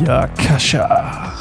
Halleluja, Kascha.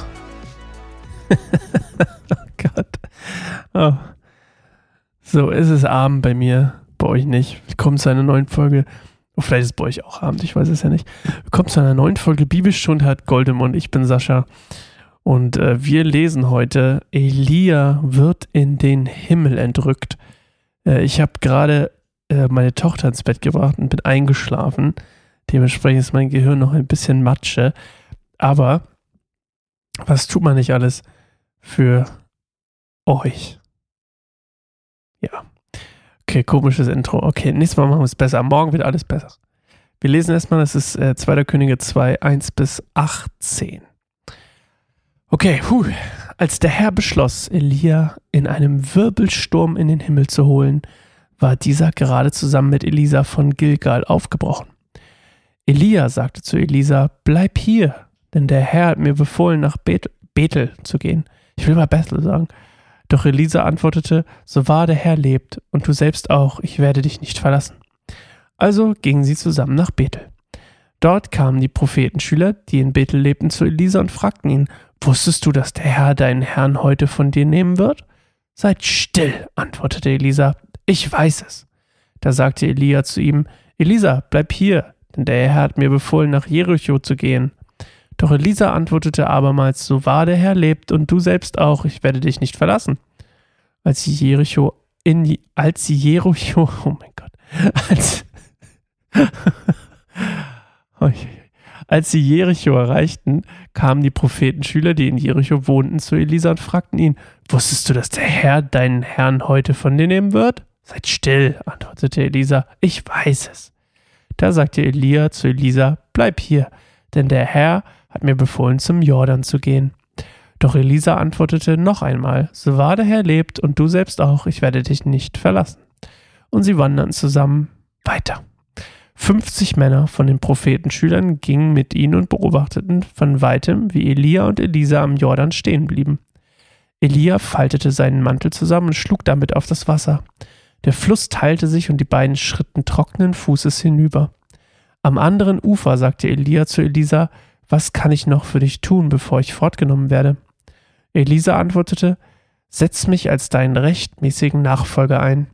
Oh Gott. Oh. So, es ist Abend bei mir, bei euch nicht. Willkommen zu einer neuen Folge. Oh, vielleicht ist es bei euch auch Abend, ich weiß es ja nicht. Willkommen zu einer neuen Folge Bibelstunde hat Goldemund. Ich bin Sascha. Und wir lesen heute, Elia wird in den Himmel entrückt. Ich habe gerade meine Tochter ins Bett gebracht und bin eingeschlafen. Dementsprechend ist mein Gehirn noch ein bisschen Matsche. Aber was tut man nicht alles für euch? Ja. Okay, komisches Intro. Okay, nächstes Mal machen wir es besser. Morgen wird alles besser. Wir lesen erstmal, das ist 2. Könige 2, 1-18. Okay, Als der Herr beschloss, Elia in einem Wirbelsturm in den Himmel zu holen, war dieser gerade zusammen mit Elisa von Gilgal aufgebrochen. Elia sagte zu Elisa, bleib hier, denn der Herr hat mir befohlen, nach Bethel zu gehen. Ich will mal Bethel sagen. Doch Elisa antwortete, so wahr der Herr lebt und du selbst auch, ich werde dich nicht verlassen. Also gingen sie zusammen nach Bethel. Dort kamen die Prophetenschüler, die in Bethel lebten, zu Elisa und fragten ihn, wusstest du, dass der Herr deinen Herrn heute von dir nehmen wird? Seid still, antwortete Elisa, ich weiß es. Da sagte Elia zu ihm, Elisa, bleib hier, denn der Herr hat mir befohlen, nach Jericho zu gehen. Doch Elisa antwortete abermals, so wahr der Herr lebt und du selbst auch, ich werde dich nicht verlassen. Als sie Jericho erreichten, kamen die Prophetenschüler, die in Jericho wohnten, zu Elisa und fragten ihn, wusstest du, dass der Herr deinen Herrn heute von dir nehmen wird? Seid still, antwortete Elisa, ich weiß es. Da sagte Elia zu Elisa, bleib hier, denn der Herr hat mir befohlen, zum Jordan zu gehen. Doch Elisa antwortete noch einmal, so wahr der Herr lebt und du selbst auch, ich werde dich nicht verlassen. Und sie wanderten zusammen weiter. 50 Männer von den Prophetenschülern gingen mit ihnen und beobachteten von weitem, wie Elia und Elisa am Jordan stehen blieben. Elia faltete seinen Mantel zusammen und schlug damit auf das Wasser. Der Fluss teilte sich und die beiden schritten trockenen Fußes hinüber. Am anderen Ufer sagte Elia zu Elisa, was kann ich noch für dich tun, bevor ich fortgenommen werde? Elisa antwortete, setz mich als deinen rechtmäßigen Nachfolger ein.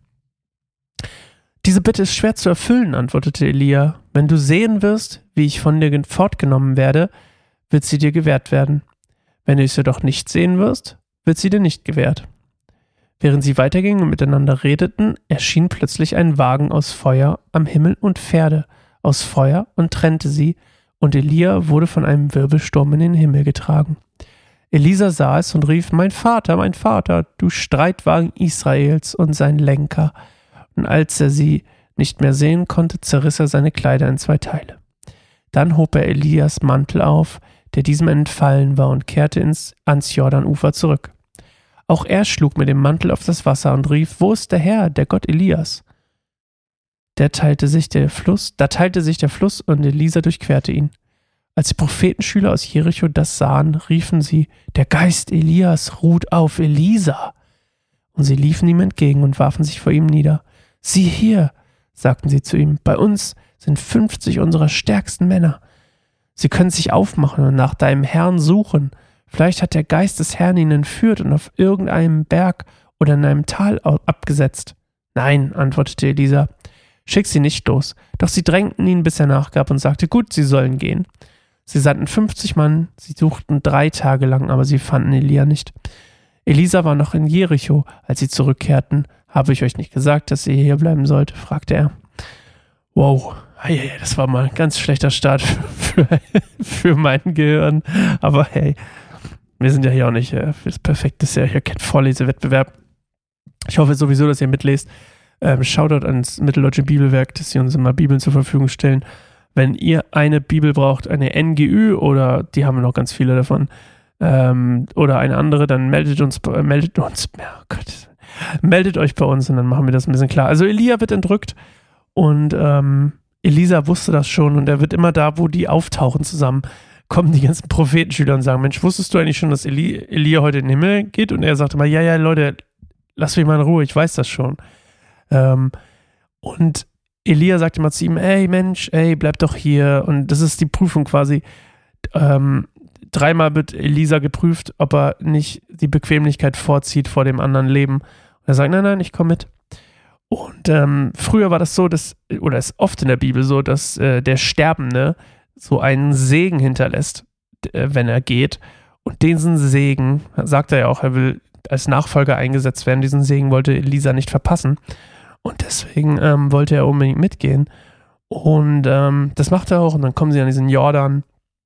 Diese Bitte ist schwer zu erfüllen, antwortete Elia. Wenn du sehen wirst, wie ich von dir fortgenommen werde, wird sie dir gewährt werden. Wenn du sie doch nicht sehen wirst, wird sie dir nicht gewährt. Während sie weitergingen und miteinander redeten, erschien plötzlich ein Wagen aus Feuer am Himmel und Pferde aus Feuer und trennte sie, und Elia wurde von einem Wirbelsturm in den Himmel getragen. Elisa sah es und rief, mein Vater, du Streitwagen Israels und sein Lenker. Und als er sie nicht mehr sehen konnte, zerriss er seine Kleider in 2 Teile. Dann hob er Elias Mantel auf, der diesem entfallen war, und kehrte ans Jordanufer zurück. Auch er schlug mit dem Mantel auf das Wasser und rief, wo ist der Herr, der Gott Elias? Da teilte sich der Fluss und Elisa durchquerte ihn. Als die Prophetenschüler aus Jericho das sahen, riefen sie, der Geist Elias ruht auf Elisa. Und sie liefen ihm entgegen und warfen sich vor ihm nieder. Sieh hier, sagten sie zu ihm, bei uns sind 50 unserer stärksten Männer. Sie können sich aufmachen und nach deinem Herrn suchen. Vielleicht hat der Geist des Herrn ihn entführt und auf irgendeinem Berg oder in einem Tal abgesetzt. Nein, antwortete Elisa, schick sie nicht los. Doch sie drängten ihn, bis er nachgab und sagte, gut, sie sollen gehen. Sie sandten 50 Mann, sie suchten 3 Tage lang, aber sie fanden Elia nicht. Elisa war noch in Jericho, als sie zurückkehrten. Habe ich euch nicht gesagt, dass ihr hier bleiben sollt? Fragte er. Wow, das war mal ein ganz schlechter Start für mein Gehirn. Aber hey, wir sind ja hier auch nicht das Perfekte, ist ja hier kein Vorlesewettbewerb. Ich hoffe sowieso, dass ihr mitlest. Shoutout ans Mitteldeutsche Bibelwerk, dass sie uns immer Bibeln zur Verfügung stellen. Wenn ihr eine Bibel braucht, eine NGÜ oder die haben wir noch ganz viele davon, oder eine andere, dann meldet euch bei uns und dann machen wir das ein bisschen klar. Also Elia wird entrückt und Elisa wusste das schon und er wird immer da, wo die auftauchen zusammen, kommen die ganzen Prophetenschüler und sagen, Mensch, wusstest du eigentlich schon, dass Elia heute in den Himmel geht? Und er sagte mal, ja, Leute, lasst mich mal in Ruhe, ich weiß das schon. Und Elia sagte mal zu ihm, ey Mensch, bleib doch hier. Und das ist die Prüfung quasi. dreimal wird Elisa geprüft, ob er nicht die Bequemlichkeit vorzieht vor dem anderen Leben. Und er sagt, nein, ich komme mit. Und früher war das so, oder ist oft in der Bibel so, dass der Sterbende so einen Segen hinterlässt, wenn er geht. Und diesen Segen, sagt er ja auch, er will als Nachfolger eingesetzt werden. Diesen Segen wollte Elisa nicht verpassen. Und deswegen wollte er unbedingt mitgehen. Und das macht er auch. Und dann kommen sie an diesen Jordan.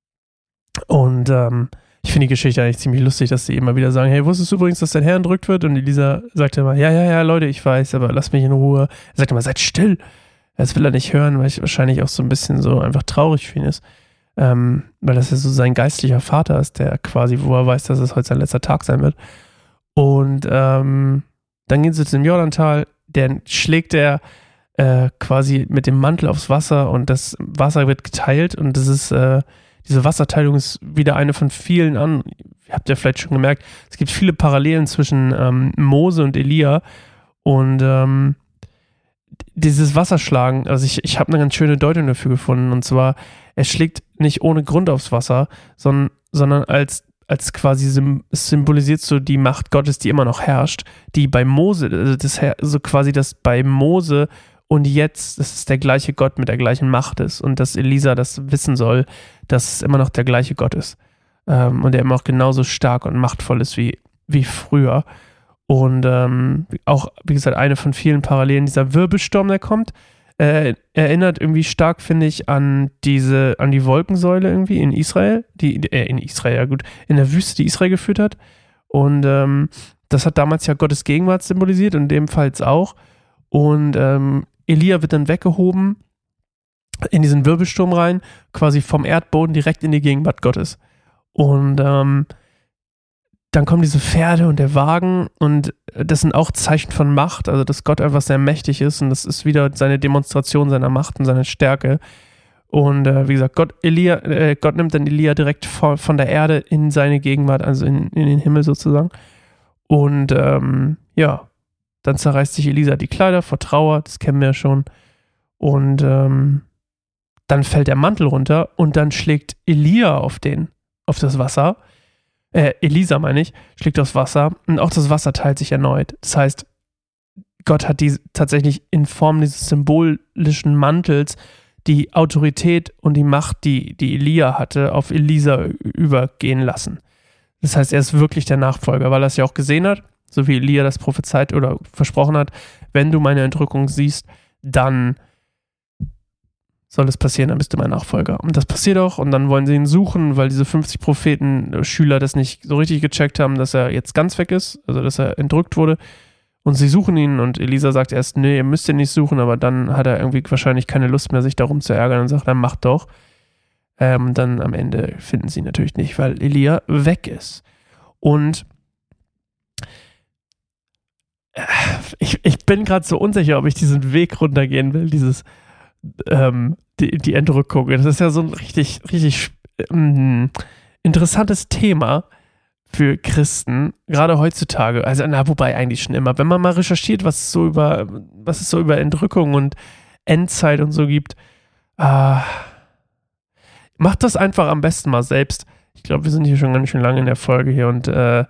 Und ich finde die Geschichte eigentlich ziemlich lustig, dass sie immer wieder sagen, hey, wusstest du übrigens, dass dein Herr entrückt wird? Und Elisa sagt immer, ja, Leute, ich weiß, aber lasst mich in Ruhe. Er sagt immer, seid still. Das will er nicht hören, weil ich wahrscheinlich auch so ein bisschen so einfach traurig für ihn ist. Weil das ja so sein geistlicher Vater ist, der quasi, wo er weiß, dass es heute sein letzter Tag sein wird. Und dann gehen sie zu dem Jordantal, dann schlägt er quasi mit dem Mantel aufs Wasser und das Wasser wird geteilt und das ist diese Wasserteilung ist wieder eine von vielen an. Habt ihr vielleicht schon gemerkt, es gibt viele Parallelen zwischen Mose und Elia und dieses Wasserschlagen, also ich habe eine ganz schöne Deutung dafür gefunden und zwar, er schlägt nicht ohne Grund aufs Wasser, sondern als quasi symbolisiert so die Macht Gottes, die immer noch herrscht, die bei Mose, also quasi das bei Mose und jetzt, dass es der gleiche Gott mit der gleichen Macht ist und dass Elisa das wissen soll, dass es immer noch der gleiche Gott ist und er immer auch genauso stark und machtvoll ist wie früher. Und auch, wie gesagt, eine von vielen Parallelen, dieser Wirbelsturm, der kommt, erinnert irgendwie stark, finde ich, an die Wolkensäule irgendwie in Israel, in der Wüste, die Israel geführt hat. Und das hat damals ja Gottes Gegenwart symbolisiert und in dem Fall auch. Und Elia wird dann weggehoben in diesen Wirbelsturm rein, quasi vom Erdboden direkt in die Gegenwart Gottes. Und dann kommen diese Pferde und der Wagen und das sind auch Zeichen von Macht, also dass Gott einfach sehr mächtig ist und das ist wieder seine Demonstration seiner Macht und seiner Stärke. Und wie gesagt, Gott nimmt dann Elia direkt von der Erde in seine Gegenwart, also in den Himmel sozusagen. Und dann zerreißt sich Elisa die Kleider vor Trauer, das kennen wir ja schon. Und dann fällt der Mantel runter und dann schlägt Elia auf das Wasser. Elisa, schlägt aufs Wasser und auch das Wasser teilt sich erneut. Das heißt, Gott hat tatsächlich in Form dieses symbolischen Mantels die Autorität und die Macht, die Elia hatte, auf Elisa übergehen lassen. Das heißt, er ist wirklich der Nachfolger, weil er es ja auch gesehen hat, so wie Elia das prophezeit oder versprochen hat, wenn du meine Entrückung siehst, dann soll es passieren, dann bist du mein Nachfolger. Und das passiert auch und dann wollen sie ihn suchen, weil diese 50 Propheten-Schüler das nicht so richtig gecheckt haben, dass er jetzt ganz weg ist, also dass er entrückt wurde. Und sie suchen ihn und Elisa sagt erst, nee, ihr müsst ihn nicht suchen, aber dann hat er irgendwie wahrscheinlich keine Lust mehr, sich darum zu ärgern und sagt, dann macht doch. Dann am Ende finden sie ihn natürlich nicht, weil Elia weg ist. Und ich bin gerade so unsicher, ob ich diesen Weg runtergehen will, die Entrückung. Das ist ja so ein richtig, richtig interessantes Thema für Christen, gerade heutzutage. Also, wobei eigentlich schon immer. Wenn man mal recherchiert, was es so über Entrückung und Endzeit und so gibt, macht das einfach am besten mal selbst. Ich glaube, wir sind hier schon ganz schön lange in der Folge hier und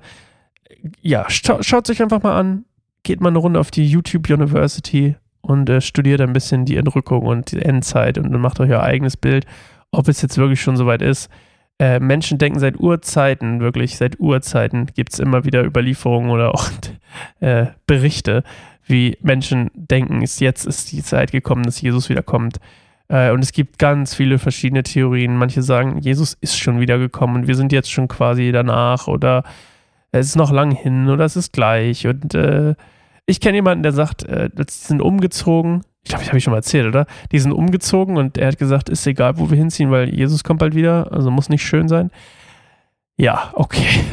schaut sich einfach mal an, geht mal eine Runde auf die YouTube University und studiert ein bisschen die Entrückung und die Endzeit und dann macht euch euer eigenes Bild, ob es jetzt wirklich schon soweit ist. Menschen denken seit Urzeiten gibt es immer wieder Überlieferungen oder auch Berichte, wie Menschen denken, jetzt ist die Zeit gekommen, dass Jesus wiederkommt. Und es gibt ganz viele verschiedene Theorien. Manche sagen, Jesus ist schon wiedergekommen und wir sind jetzt schon quasi danach oder es ist noch lang hin oder es ist gleich. Und ich kenne jemanden, der sagt, die sind umgezogen. Ich glaube, das habe ich schon mal erzählt, oder? Die sind umgezogen und er hat gesagt, ist egal, wo wir hinziehen, weil Jesus kommt bald wieder, also muss nicht schön sein. Ja, okay.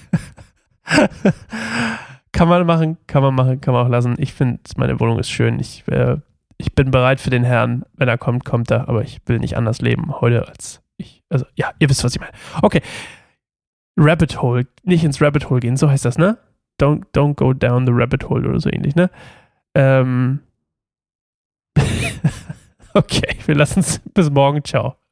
Kann man machen, kann man auch lassen. Ich finde, meine Wohnung ist schön. Ich bin bereit für den Herrn. Wenn er kommt, kommt er, aber ich will nicht anders leben heute als ich. Also, ja, ihr wisst, was ich meine. Okay. Rabbit Hole. Nicht ins Rabbit Hole gehen, so heißt das, ne? Don't go down the rabbit hole oder so ähnlich, ne? Okay, wir lassen es bis morgen. Ciao.